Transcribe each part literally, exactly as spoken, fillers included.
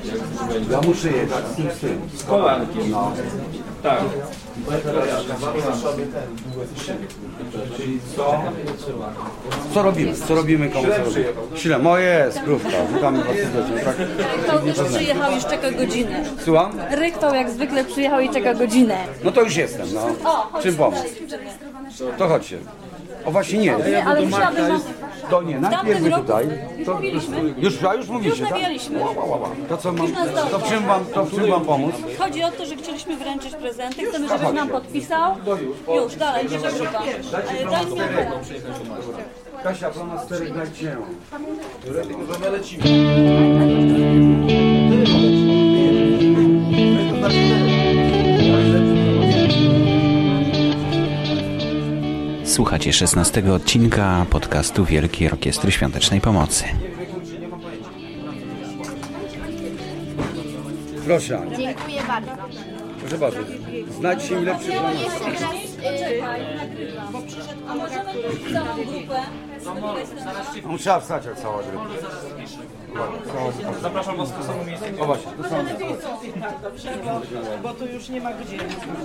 Ja muszę jechać z tym, z tym. Z kolankiem. No. Tak. Czyli co? Co robimy? Co robimy komu? Śle, moje krówka. Witamy was serdecznie. Tak? Rychtał już przyjechał i czeka godzinę. Słucham? Rychtał jak zwykle przyjechał i czeka godzinę. No to już jestem, no. Czym pomóc? To chodźcie. O właśnie nie. Nie, ale musiałabym wam... To nie, najpierw wy tutaj. Już To, mówiliśmy. już, a już mówicie, Już tak? nawijaliśmy. To co mam, Już nas to w czym wam, to w czym wam pomóc? Chodzi o to, że chcieliśmy wręczyć prezenty. Chcemy, żebyś nam podpisał. Już, dalej, gdzie grupa. Daj mi aparat. Kasia, plamasterek dajcie. Możemy lecimy. Słuchacie szesnastego odcinka podcastu Wielkiej Orkiestry Świątecznej Pomocy. Proszę. Dziękuję bardzo. Proszę bardzo. Znajdźcie mi lepszy plan. Poczekaj, nagrywam. A możemy całą grupę? On trzeba wstać jak cała grupa. Zapraszam was do samego miejsca. O właśnie, to są... Bo tu już nie ma gdzie.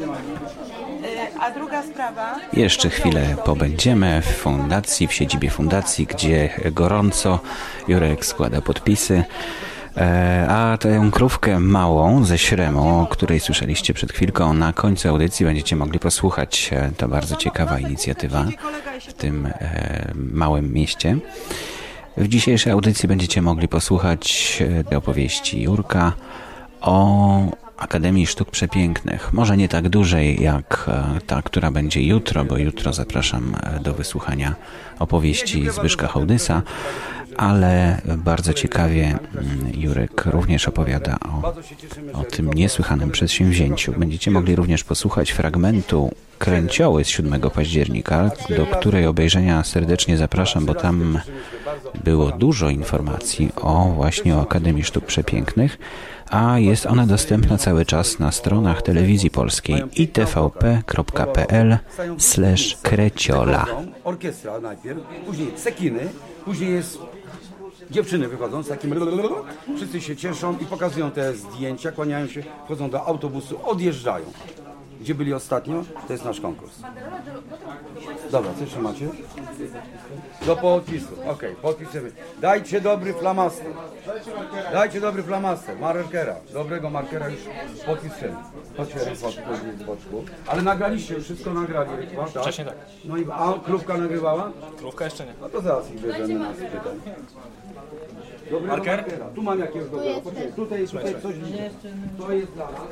A druga sprawa... Jeszcze chwilę pobędziemy w fundacji, w siedzibie fundacji, gdzie gorąco Jurek składa podpisy. A tę krówkę małą ze Śremu, o której słyszeliście przed chwilką, na końcu audycji będziecie mogli posłuchać. To bardzo ciekawa inicjatywa w tym małym mieście. W dzisiejszej audycji będziecie mogli posłuchać opowieści Jurka o Akademii Sztuk Przepięknych. Może nie tak dużej jak ta, która będzie jutro, bo jutro zapraszam do wysłuchania opowieści Zbyszka Hołdysa, ale bardzo ciekawie Jurek również opowiada o, o tym niesłychanym przedsięwzięciu. Będziecie mogli również posłuchać fragmentu Kręcioły z siódmego października, do której obejrzenia serdecznie zapraszam, bo tam było dużo informacji o właśnie o Akademii Sztuk Przepięknych, a jest ona dostępna cały czas na stronach Telewizji Polskiej i t v p kropka p l slash kreciola. Orkiestra najpierw, później sekiny, później jest... Dziewczyny wychodzą z takim... Wszyscy się cieszą i pokazują te zdjęcia, kłaniają się, wchodzą do autobusu, odjeżdżają. Gdzie byli ostatnio? To jest nasz konkurs. Dobra, co jeszcze macie? Do podpisu. Okej, okay, podpisujemy. Dajcie dobry flamaster. Dajcie dobry flamaster. Markera. Dobrego markera już podpisujemy. Chodźcie z boczku. Ale nagraliście, już wszystko nagrali. Tak? Wcześniej tak. No i a krówka nagrywała? Krówka jeszcze nie. No to zaraz ich bierzemy na pytanie. Dobrego Marker? markera. Tu mam jakiegoś dobrego. Poczekaj, tutaj, tutaj coś widzę. To jest dla nas.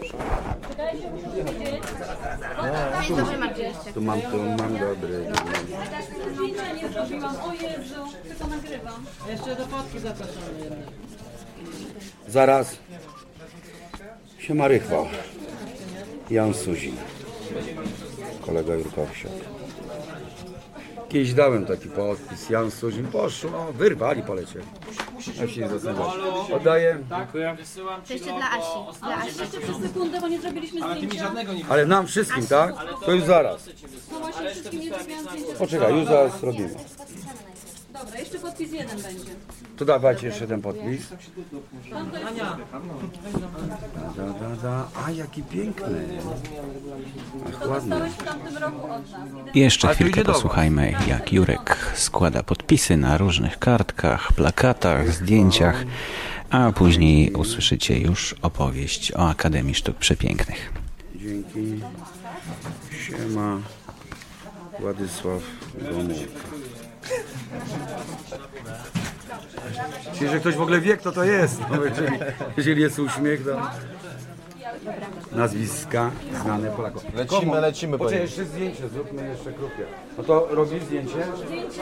Tu mam, tu mam dobry. Zdjęcia nie zrobiłam. O Jezu, tylko nagrywam. Jeszcze do fotki zapraszamy. Zaraz się ma rychwał. Jan Suzin. Kolega Jurkowsiak. Kiedyś dałem taki podpis. Jan Suzin poszło. No, wyrwali, polecieli. Ja się nie zastanawiam. Oddaję. To jeszcze dla Asi. Dla Asi. Jeszcze przez sekundę, bo nie zrobiliśmy zdjęcia. Ale nam wszystkim, tak? To już zaraz. No właśnie wszystkim nie zrobiłam zdjęcia. Poczekaj, już zaraz robimy. Dobra, jeszcze podpis jeden będzie. To dawajcie jeszcze ten podpis. Da, da, da. A jaki piękny. Ach, ładny. Dostałeś w tamtym roku od nas. Jeszcze A tu chwilkę idzie do was. posłuchajmy, jak Jurek składa podpisy na różnych kartkach, plakatach, zdjęciach, a później usłyszycie już opowieść o Akademii Sztuk Przepięknych. Dzięki. Siema. Władysław Gomułka. Czyli, że ktoś w ogóle wie, kto to jest. No, jeżeli, jeżeli jest uśmiech, to... Nazwiska znane Polakom. Lecimy, Komu? lecimy, Poczekaj, panie. jeszcze zdjęcie, zróbmy jeszcze krótkie. No to robisz zdjęcie? Zdjęcie.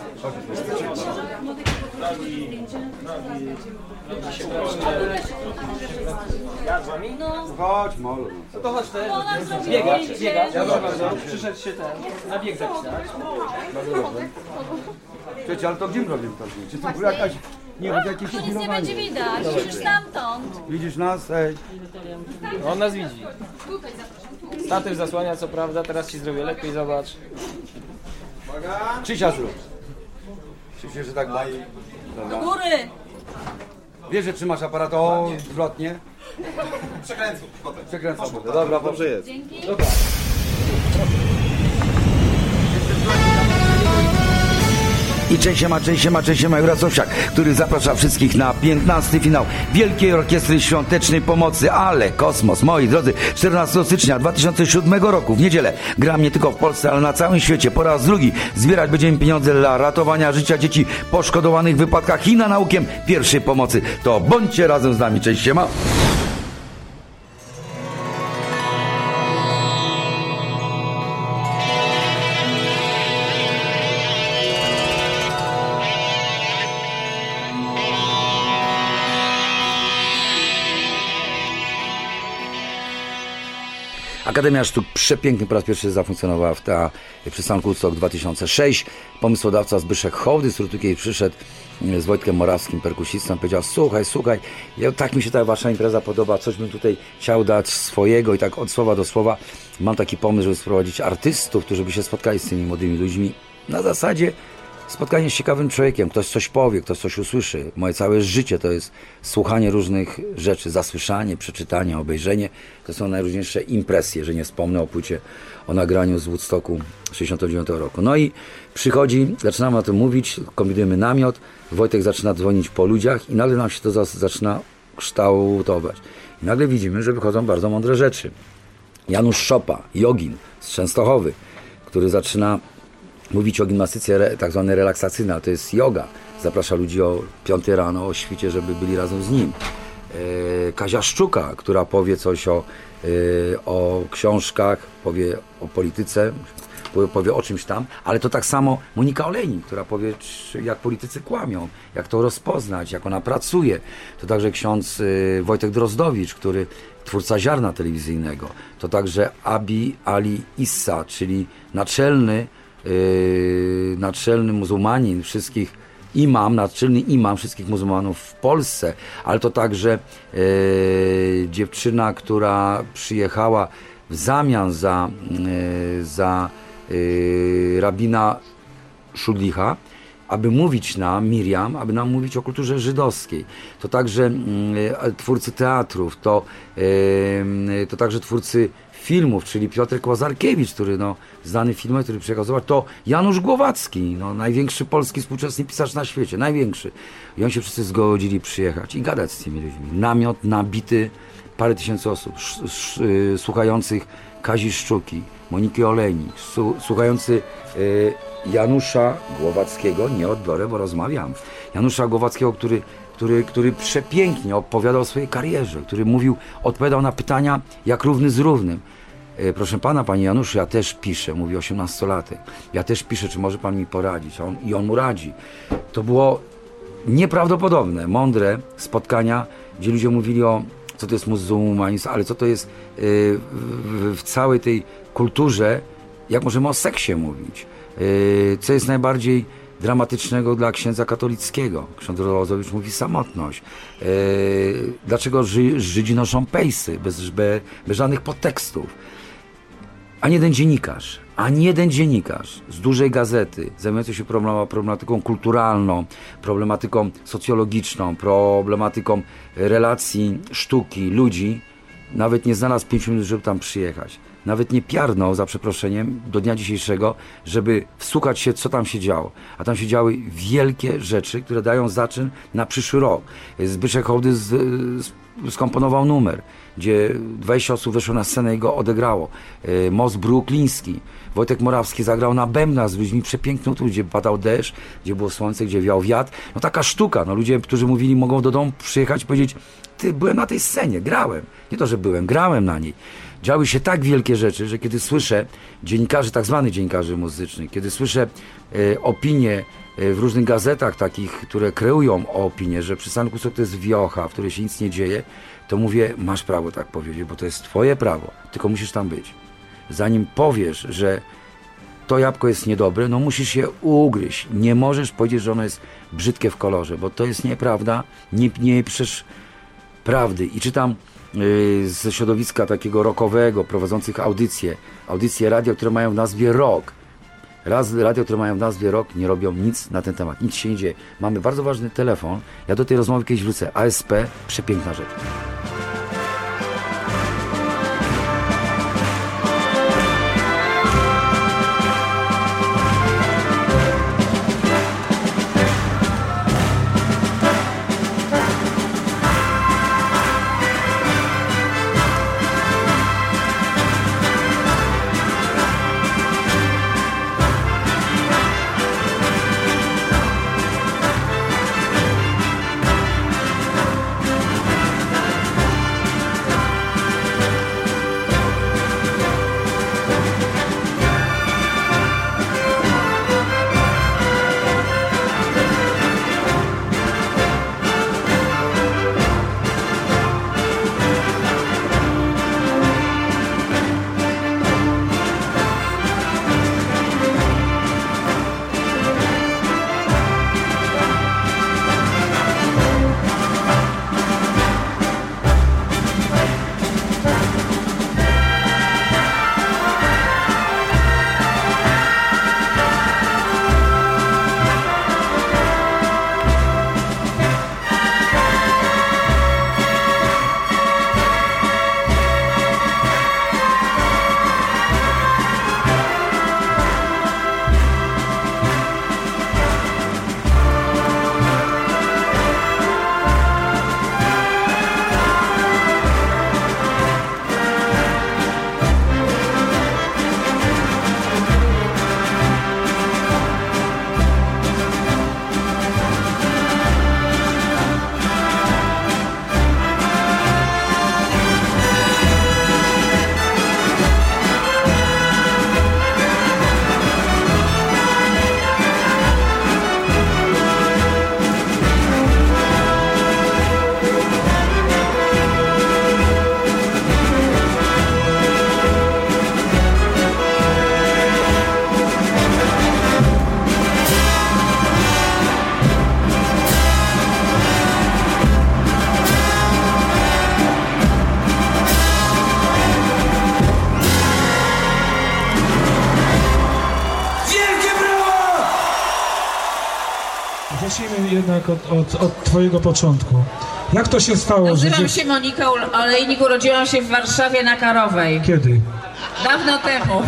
No, Chodź, molu. No to chodź też. to nam zrobi Biegać, zdjęcie. biegać. Proszę bardzo. Przyszedł się ten, na bieg zapisać. Cześć, ale to gdzie robimy to zdjęcie? To była jakaś... Nie, bo jakieś Tu nic nie filmowanie. będzie widać, już stamtąd. Widzisz nas? Ej. On nas widzi. Statyw zasłania, co prawda, teraz ci zrobię lepiej, zobacz. Krzysia zrób. Krzysia, że tak boi. Do góry. Wiesz, że trzymasz aparat o odwrotnie? Przekręcam. Przekręcam. Dobra, Dobrze jest. Dobra. I cześć siema, cześć siema, cześć siema, Jura Sowsiak, który zaprasza wszystkich na piętnasty finał Wielkiej Orkiestry Świątecznej Pomocy, ale kosmos, moi drodzy, czternastego stycznia dwa tysiące siódmego roku w niedzielę gram nie tylko w Polsce, ale na całym świecie. Po raz drugi zbierać będziemy pieniądze dla ratowania życia dzieci poszkodowanych w wypadkach i na naukę pierwszej pomocy. To bądźcie razem z nami, cześć siema. Akademia Sztuk przepięknie po raz pierwszy zafunkcjonowała w ta przystanku Woodstock dwa tysiące szósty. Pomysłodawca Zbyszek Hołdy, z który tutaj przyszedł z Wojtkiem Morawskim, perkusistą, powiedział: słuchaj, słuchaj, ja, tak mi się ta wasza impreza podoba, coś bym tutaj chciał dać swojego i tak od słowa do słowa mam taki pomysł, żeby sprowadzić artystów, którzy by się spotkali z tymi młodymi ludźmi na zasadzie spotkanie z ciekawym człowiekiem, ktoś coś powie, ktoś coś usłyszy. Moje całe życie to jest słuchanie różnych rzeczy, zasłyszanie, przeczytanie, obejrzenie. To są najróżniejsze impresje, że nie wspomnę o płycie, o nagraniu z Woodstocku sześćdziesiątego dziewiątego roku. No i przychodzi, zaczynamy o tym mówić, kombinujemy namiot, Wojtek zaczyna dzwonić po ludziach i nagle nam się to zaczyna kształtować. I nagle widzimy, że wychodzą bardzo mądre rzeczy. Janusz Szopa, jogin z Częstochowy, który zaczyna mówić o gimnastyce tak zwanej relaksacyjnej, to jest yoga. Zaprasza ludzi o piątej rano, o świcie, żeby byli razem z nim. E, Kazia Szczuka, która powie coś o, e, o książkach, powie o polityce, powie, powie o czymś tam, ale to tak samo Monika Olejnik, która powie, jak politycy kłamią, jak to rozpoznać, jak ona pracuje. To także ksiądz e, Wojtek Drozdowicz, który twórca Ziarna telewizyjnego. To także Abi Ali Issa, czyli naczelny Yy, naczelny muzułmanin wszystkich, imam, naczelny imam wszystkich muzułmanów w Polsce, ale to także yy, dziewczyna, która przyjechała w zamian za, yy, za yy, rabina Szudlicha, aby mówić nam, Miriam, aby nam mówić o kulturze żydowskiej. To także yy, twórcy teatrów, to, yy, to także twórcy filmów, czyli Piotrek Łazarkiewicz, który no, znany filmowy, który przyjechał zobaczyć, to Janusz Głowacki, no, największy polski współczesny pisarz na świecie, największy. I oni się wszyscy zgodzili przyjechać i gadać z tymi ludźmi. Namiot nabity, parę tysięcy osób, sz, sz, y, słuchających Kazi Szczuki, Moniki Olejnik, su, słuchający y, Janusza Głowackiego, nie odbiorę, bo rozmawiam, Janusza Głowackiego, który Który, który przepięknie opowiadał o swojej karierze, który mówił, odpowiadał na pytania jak równy z równym. E, proszę pana, panie Januszu, ja też piszę, mówi osiemnastolatek. Ja też piszę, czy może pan mi poradzić? A on, I on mu radzi. To było nieprawdopodobne, mądre spotkania, gdzie ludzie mówili o, co to jest muzułmanizm, ale co to jest e, w, w całej tej kulturze, jak możemy o seksie mówić. E, co jest najbardziej dramatycznego dla księdza katolickiego. Ksiądz Rozowicz mówi samotność. Eee, dlaczego Ży, Żydzi noszą pejsy bez, bez, bez żadnych podtekstów? Ani jeden dziennikarz, ani jeden dziennikarz z dużej gazety zajmujący się problematyką kulturalną, problematyką socjologiczną, problematyką relacji, sztuki, ludzi, nawet nie znalazł pięciu minut, żeby tam przyjechać. Nawet nie piarnął, za przeproszeniem, do dnia dzisiejszego, żeby wsłuchać się, co tam się działo. A tam się działy wielkie rzeczy, które dają zaczyn na przyszły rok. Zbyszek Hołdy z, z, skomponował numer, gdzie dwadzieścia osób weszło na scenę i go odegrało. Most Brookliński. Wojtek Morawski zagrał na bębnach z ludźmi przepiękną tu, gdzie padał deszcz, gdzie było słońce, gdzie wiał wiatr. No taka sztuka. No, ludzie, którzy mówili, mogą do domu przyjechać i powiedzieć: ty, byłem na tej scenie, grałem. Nie to, że byłem, grałem na niej. Działy się tak wielkie rzeczy, że kiedy słyszę dziennikarzy, tak zwanych dziennikarzy muzycznych, kiedy słyszę e, opinie e, w różnych gazetach takich, które kreują opinię, że przystanek Woodstock to jest wiocha, w której się nic nie dzieje, to mówię, masz prawo tak powiedzieć, bo to jest twoje prawo, tylko musisz tam być. Zanim powiesz, że to jabłko jest niedobre, no musisz je ugryźć. Nie możesz powiedzieć, że ono jest brzydkie w kolorze, bo to jest nieprawda, nie, nie przecież prawdy. I czytam ze środowiska takiego rockowego, prowadzących audycje, audycje radio, które mają w nazwie rock. raz radio, które mają w nazwie rok, nie robią nic na ten temat. Nic się nie dzieje. Mamy bardzo ważny telefon. Ja do tej rozmowy kiedyś wrócę. A S P, przepiękna rzecz. Zacznijmy jednak od, od, od twojego początku. Jak to się stało, Nazywam że... się Monika Olejnik, urodziłam się w Warszawie na Karowej. Kiedy? Dawno temu.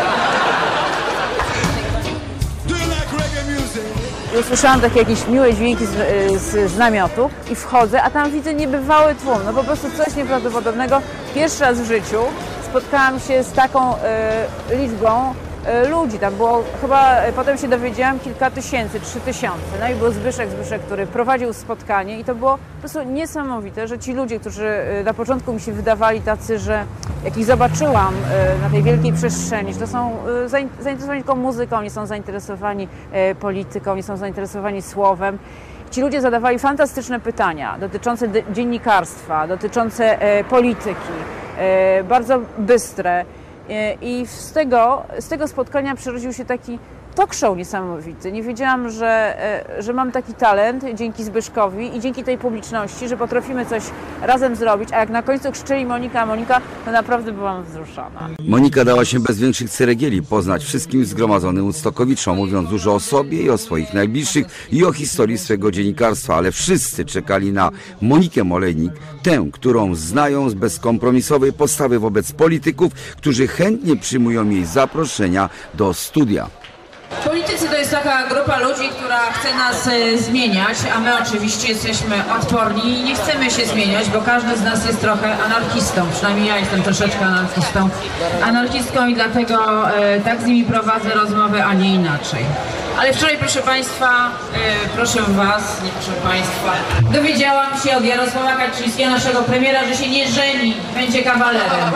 Usłyszałam takie jakieś miłe dźwięki z, z, z namiotu i wchodzę, a tam widzę niebywały tłum, no po prostu coś nieprawdopodobnego. Pierwszy raz w życiu spotkałam się z taką y, liczbą y, ludzi, tam było chyba, y, potem się dowiedziałam, kilka tysięcy, trzy tysiące. No i był Zbyszek, Zbyszek, który prowadził spotkanie i to było po prostu niesamowite, że ci ludzie, którzy y, na początku mi się wydawali tacy, że jak ich zobaczyłam y, na tej wielkiej przestrzeni, że to są y, zainteresowani tylko muzyką, nie są zainteresowani y, polityką, nie są zainteresowani słowem. Ci ludzie zadawali fantastyczne pytania dotyczące dziennikarstwa, dotyczące e, polityki, e, bardzo bystre. E, I z tego, z tego spotkania przerodził się taki talk show niesamowity. Nie wiedziałam, że, e, że mam taki talent dzięki Zbyszkowi i dzięki tej publiczności, że potrafimy coś razem zrobić, a jak na końcu krzyczeli Monika, Monika, to naprawdę byłam wzruszona. Monika dała się bez większych ceregieli poznać wszystkim zgromadzonym Woodstockowiczom, mówiąc dużo o sobie i o swoich najbliższych i o historii swego dziennikarstwa, ale wszyscy czekali na Monikę Olejnik, tę, którą znają z bezkompromisowej postawy wobec polityków, którzy chętnie przyjmują jej zaproszenia do studia. Politycy to jest taka grupa ludzi, która chce nas e, zmieniać, a my oczywiście jesteśmy odporni i nie chcemy się zmieniać, bo każdy z nas jest trochę anarchistą, przynajmniej ja jestem troszeczkę anarchistą, anarchistką i dlatego e, tak z nimi prowadzę rozmowę, a nie inaczej. Ale wczoraj, proszę Państwa, e, proszę Was, nie proszę Państwa, dowiedziałam się od Jarosława Kaczyńskiego, naszego premiera, że się nie żeni, będzie kawalerem.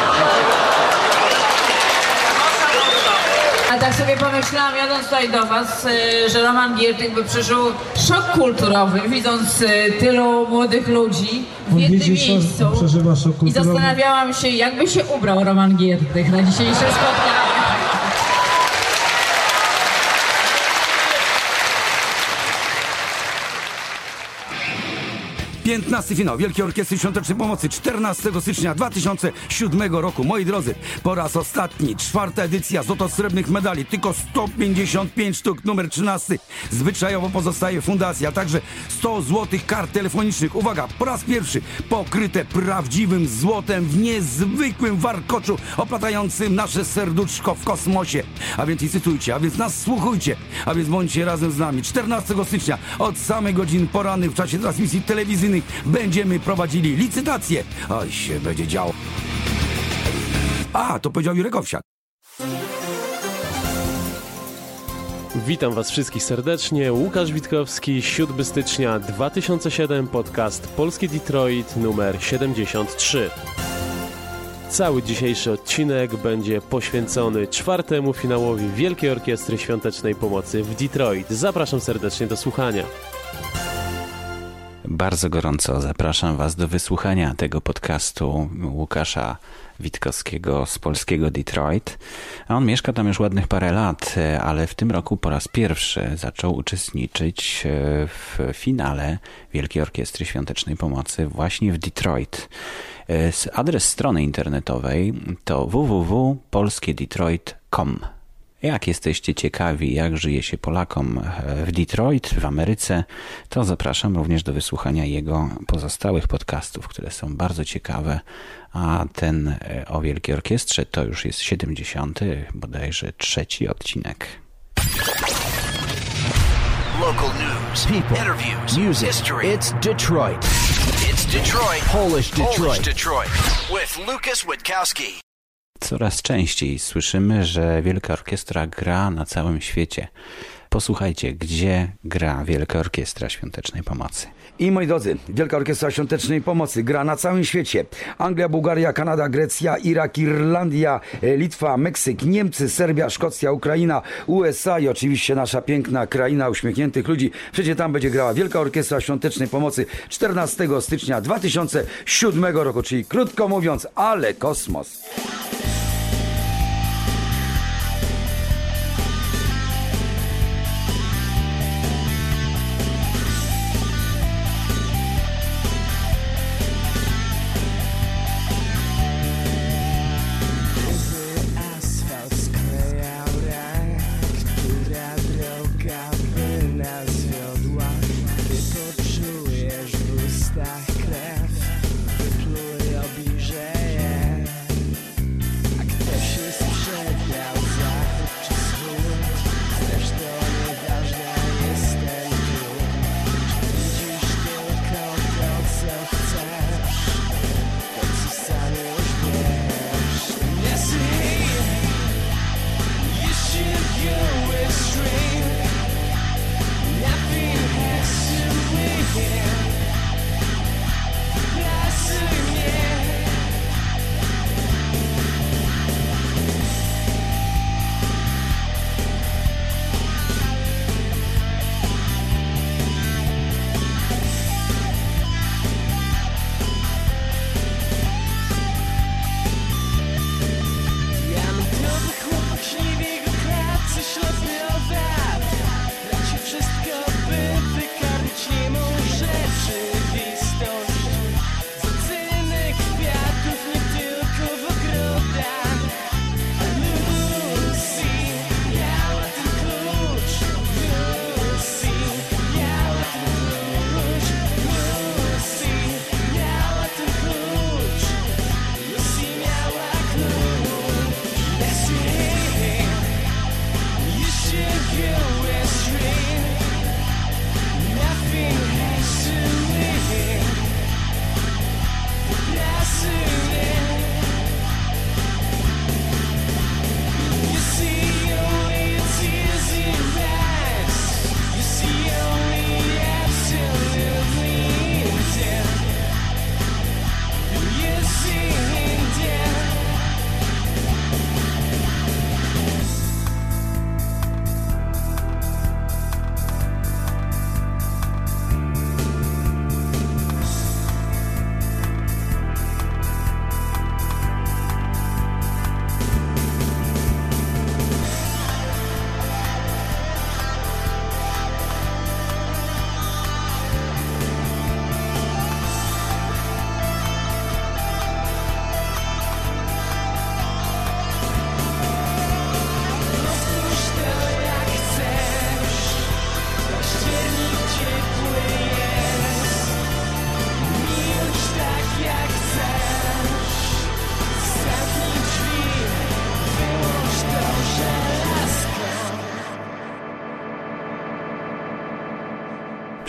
A tak sobie pomyślałam, jadąc tutaj do Was, że Roman Giertych by przeżył szok kulturowy, widząc tylu młodych ludzi w jednym miejscu. I zastanawiałam się, jakby się ubrał Roman Giertych na dzisiejsze spotkanie. piętnasty finał Wielkiej Orkiestry Świątecznej Pomocy czternastego stycznia dwa tysiące siódmego roku. Moi drodzy, po raz ostatni, czwarta edycja złoto-srebrnych medali, tylko sto pięćdziesiąt pięć sztuk, numer trzynasty. Zwyczajowo pozostaje fundacja, a także sto złotych kart telefonicznych. Uwaga, po raz pierwszy pokryte prawdziwym złotem w niezwykłym warkoczu oplatającym nasze serduszko w kosmosie. A więc licytujcie, a więc nas słuchujcie, a więc bądźcie razem z nami. czternastego stycznia od samej godziny porannych w czasie transmisji telewizyjnych będziemy prowadzili licytację. Oj, się będzie działo. A, to powiedział Jurek Owsiak. Witam Was wszystkich serdecznie. Łukasz Witkowski, siódmego stycznia dwa tysiące siódmego, podcast Polski Detroit numer siedemdziesiąt trzy. Cały dzisiejszy odcinek będzie poświęcony czwartemu finałowi Wielkiej Orkiestry Świątecznej Pomocy w Detroit. Zapraszam serdecznie do słuchania. Bardzo gorąco zapraszam Was do wysłuchania tego podcastu Łukasza Witkowskiego z polskiego Detroit. A on mieszka tam już ładnych parę lat, ale w tym roku po raz pierwszy zaczął uczestniczyć w finale Wielkiej Orkiestry Świątecznej Pomocy właśnie w Detroit. Adres strony internetowej to w w w kropka polskie detroit kropka com. Jak jesteście ciekawi, jak żyje się Polakom w Detroit, w Ameryce, to zapraszam również do wysłuchania jego pozostałych podcastów, które są bardzo ciekawe, a ten o Wielkiej Orkiestrze to już jest siedemdziesiąty, bodajże trzeci odcinek. Local news, people, interviews, music, history. It's Detroit. It's Detroit. Polish Detroit. Polish Detroit. With Lucas Witkowski. Coraz częściej słyszymy, że Wielka Orkiestra gra na całym świecie. Posłuchajcie, gdzie gra Wielka Orkiestra Świątecznej Pomocy. I moi drodzy, Wielka Orkiestra Świątecznej Pomocy gra na całym świecie. Anglia, Bułgaria, Kanada, Grecja, Irak, Irlandia, Litwa, Meksyk, Niemcy, Serbia, Szkocja, Ukraina, U S A i oczywiście nasza piękna kraina uśmiechniętych ludzi. Przecież tam będzie grała Wielka Orkiestra Świątecznej Pomocy czternastego stycznia dwa tysiące siódmego roku, czyli krótko mówiąc, ale kosmos.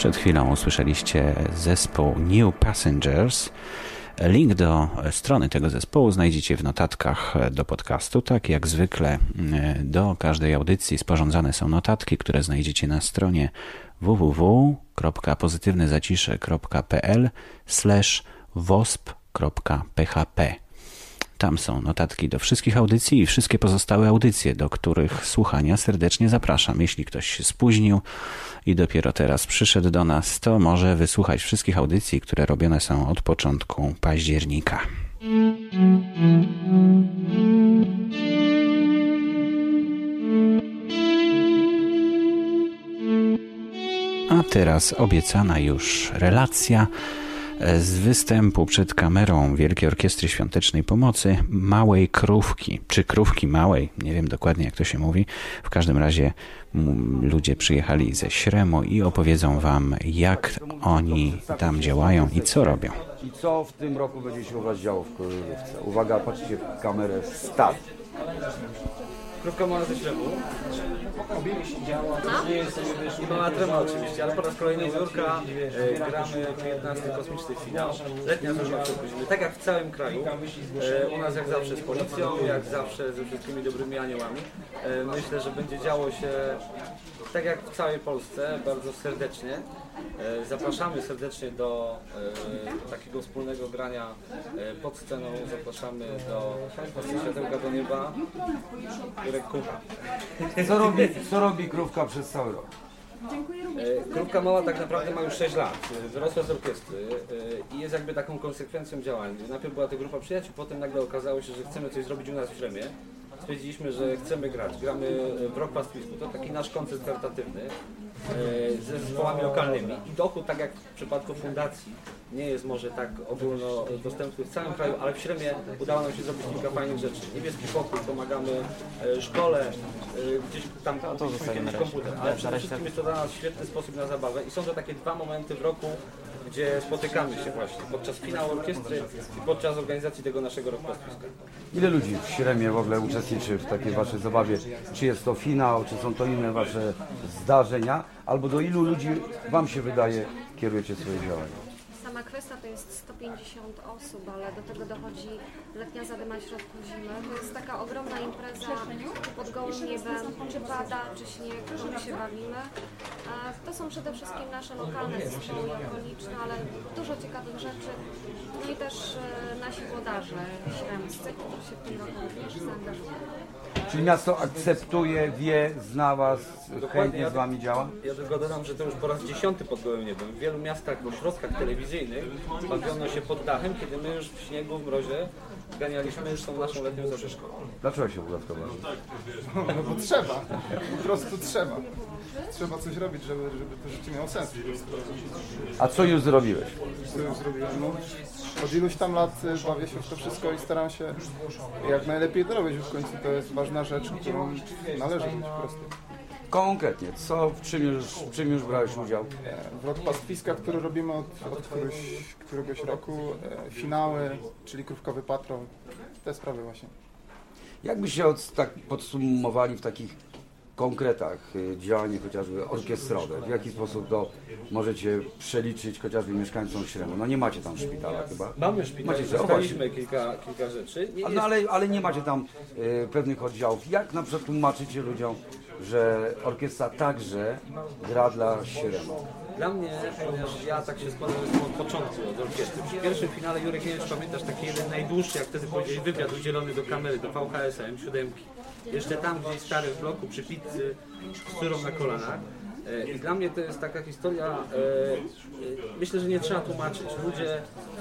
Przed chwilą usłyszeliście zespół New Passengers. Link do strony tego zespołu znajdziecie w notatkach do podcastu. Tak jak zwykle do każdej audycji sporządzane są notatki, które znajdziecie na stronie w w w kropka pozytywne zacisze kropka p l slash wosp kropka p h p. Tam są notatki do wszystkich audycji i wszystkie pozostałe audycje, do których słuchania serdecznie zapraszam. Jeśli ktoś się spóźnił i dopiero teraz przyszedł do nas, to może wysłuchać wszystkich audycji, które robione są od początku października. A teraz obiecana już relacja z występu przed kamerą Wielkiej Orkiestry Świątecznej Pomocy Małej Krówki, czy Krówki Małej, nie wiem dokładnie jak to się mówi. W każdym razie ludzie przyjechali ze Śremu i opowiedzą wam, jak oni tam działają i co robią. I co w tym roku będzie się u was działo w Królewce? Uwaga, patrzcie w kamerę, start. Krówka mała ze Śremu. Nie jest nie mała trema oczywiście, ale po raz kolejny Jurka e, gramy piętnasty kosmiczny finał. Letnia służba przechodzimy, tak jak w całym kraju. E, u nas jak zawsze z policją, jak zawsze ze wszystkimi dobrymi aniołami. E, myślę, że będzie działo się tak jak w całej Polsce, bardzo serdecznie. E, zapraszamy serdecznie do e, takiego wspólnego grania e, pod sceną. Zapraszamy do Światełka do Nieba. Jurek Kucha. Co robi, co robi Krówka przez cały rok? E, Krówka Mała tak naprawdę ma już sześć lat, wyrosła z orkiestry e, i jest jakby taką konsekwencją działań. Najpierw była to grupa przyjaciół, potem nagle okazało się, że chcemy coś zrobić u nas w Śremie. Stwierdziliśmy, że chcemy grać. Gramy w Rock Pastwisku, to taki nasz koncert charytatywny e, ze zespołami lokalnymi. I dochód, tak jak w przypadku fundacji, nie jest może tak ogólnodostępny w całym kraju, ale w Śremie udało nam się zrobić kilka fajnych rzeczy. Niebieski Pokój, pomagamy e, szkole, e, gdzieś tam jakiś komputer, ale przede wszystkim jest to dla nas świetny sposób na zabawę i są to takie dwa momenty w roku, gdzie spotykamy się właśnie podczas finału orkiestry i podczas organizacji tego naszego Rock Pastwiska. Ile ludzi w Śremie w ogóle uczestniczy w takiej waszej zabawie? Czy jest to finał, czy są to inne wasze zdarzenia? Albo do ilu ludzi wam się wydaje kierujecie swoje działania? Sama kwestia to jest sto pięćdziesiąt osób, ale do tego dochodzi letnia zadyma w środku zimy. To jest taka ogromna impreza pod gołym niebem, czy pada, czy śnieg, to my się bawimy. To są przede wszystkim nasze lokalne zespoły okoliczne, ale dużo ciekawych rzeczy. No i też nasi włodarze śremscy, którzy się w tym roku również zaangażują. Czyli miasto akceptuje, wie, zna was, chętnie z wami działa? Ja tylko dodam, że to już po raz dziesiąty pod gołym niebem. W wielu miastach, w ośrodkach telewizyjnych bawiono się pod dachem, kiedy my już w śniegu, w mrozie ganialiśmy z tą naszą letnią zadyszką. Dlaczego się udatkowało? No bo trzeba, po prostu trzeba. Trzeba coś robić, żeby, żeby to życie miało sens. A co już zrobiłeś? Co już zrobiłem? No, od iluś tam lat bawię się w to wszystko i staram się jak najlepiej to robić. W końcu to jest ważna rzecz, którą należy robić po prostu. Konkretnie, co, w czym już, w czym już brałeś udział? W Rock Pastwiska, który robimy od, od któregoś, któregoś roku, finały, czyli Krówkowy Patrol, te sprawy właśnie. Jakby się od, tak podsumowali w takich konkretach działanie chociażby orkiestrowe? W jaki sposób to możecie przeliczyć chociażby mieszkańcom Śremu? No nie macie tam szpitala chyba? Mamy szpital, dostaliśmy kilka, kilka rzeczy. Nie no, ale, ale nie macie tam y, pewnych oddziałów. Jak na przykład tłumaczycie ludziom, że orkiestra także gra dla Śremu? Dla mnie, ponieważ ja tak się składam, że jestem od początku od orkiestry. Przy pierwszym finale, Jurek, nie wiem, czy pamiętasz, taki jeden najdłuższy, jak wtedy powiedzieli, wywiad udzielony do kamery, do V H S M siedem. Jeszcze tam gdzieś stary w bloku przy pizzy z córą na kolanach. I dla mnie to jest taka historia, myślę, że nie trzeba tłumaczyć. Ludzie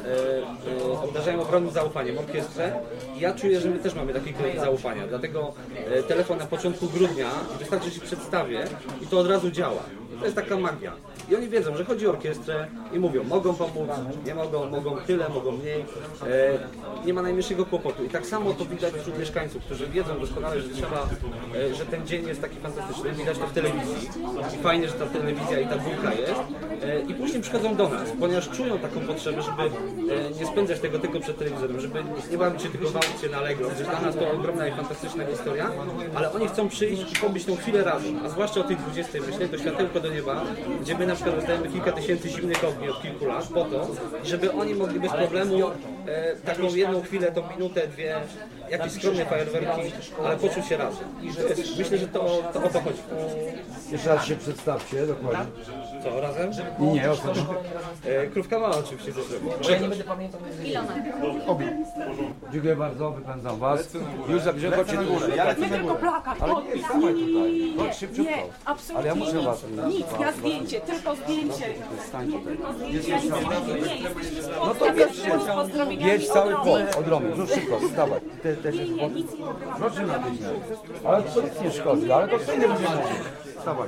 obdarzają ogromnym zaufaniem orkiestrę i ja czuję, że my też mamy taki kredyt zaufania. Dlatego telefon na początku grudnia, wystarczy, że się przedstawię i to od razu działa. To jest taka magia. I oni wiedzą, że chodzi o orkiestrę i mówią, mogą pomóc, nie mogą, mogą tyle, mogą mniej. E, nie ma najmniejszego kłopotu. I tak samo to widać wśród mieszkańców, którzy wiedzą doskonale, że trzeba, e, że ten dzień jest taki fantastyczny. Widać to w telewizji. I fajnie, że ta telewizja i ta dwójka jest. E, I później przychodzą do nas, ponieważ czują taką potrzebę, żeby e, nie spędzać tego tylko przed telewizorem, żeby nie bawić się tylko w aukcję na Allegro. Przecież dla nas to ogromna i fantastyczna historia, ale oni chcą przyjść i pobyć tą chwilę razem. A zwłaszcza o tej dwudziestej, myślę, to światełko do nieba, gdzie my na przykład rozdajemy kilka tysięcy zimnych ogni od kilku lat po to, żeby oni mogli bez problemu e, taką jedną chwilę, tą minutę, dwie, jakieś skromne fajerwerki, ale poczuć się razem. I to jest, myślę, że to, to o to chodzi. Jeszcze raz się przedstawcie, dokładnie. Co, razem? Nie, nie, o co? E, Krówka mała oczywiście też robi. Ja nie będę pamiętał. Obie. Dziękuję bardzo, wypędzam was. Już zabierze, chodźcie tu górę. Ja lecę tylko plakat. Ale nie, stawaj tutaj. Chodź szybciutko. Nie, absolutnie Ale ja muszę was. nic. Ja zdjęcie, tylko zdjęcie. Stańcie tutaj. Jest Jest jeszcze No to jedź, jedź cały płot od Romy. Już szybko, stawaj. Te, te, te, proszę natychmiast. Ale to nic nie szkodzi, ale to co nie będzie Stawaj.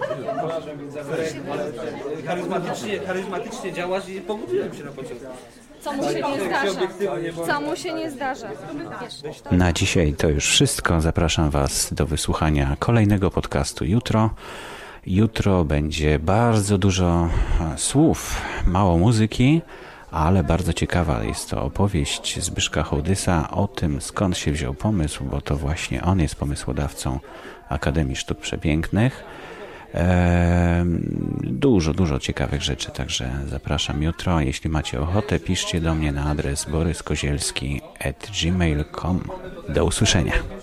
Charyzmatycznie, charyzmatycznie działasz i pobudziłem się na początku. Co mu się nie zdarza. Co mu się nie zdarza. Na dzisiaj to już wszystko. Zapraszam Was do wysłuchania kolejnego podcastu jutro. Jutro będzie bardzo dużo słów, mało muzyki, ale bardzo ciekawa jest to opowieść Zbyszka Hołdysa o tym, skąd się wziął pomysł, bo to właśnie on jest pomysłodawcą Akademii Sztuk Przepięknych. Eee, dużo, dużo ciekawych rzeczy, także zapraszam jutro. Jeśli macie ochotę, piszcie do mnie na adres boryskozielski at gmail kropka com. Do usłyszenia.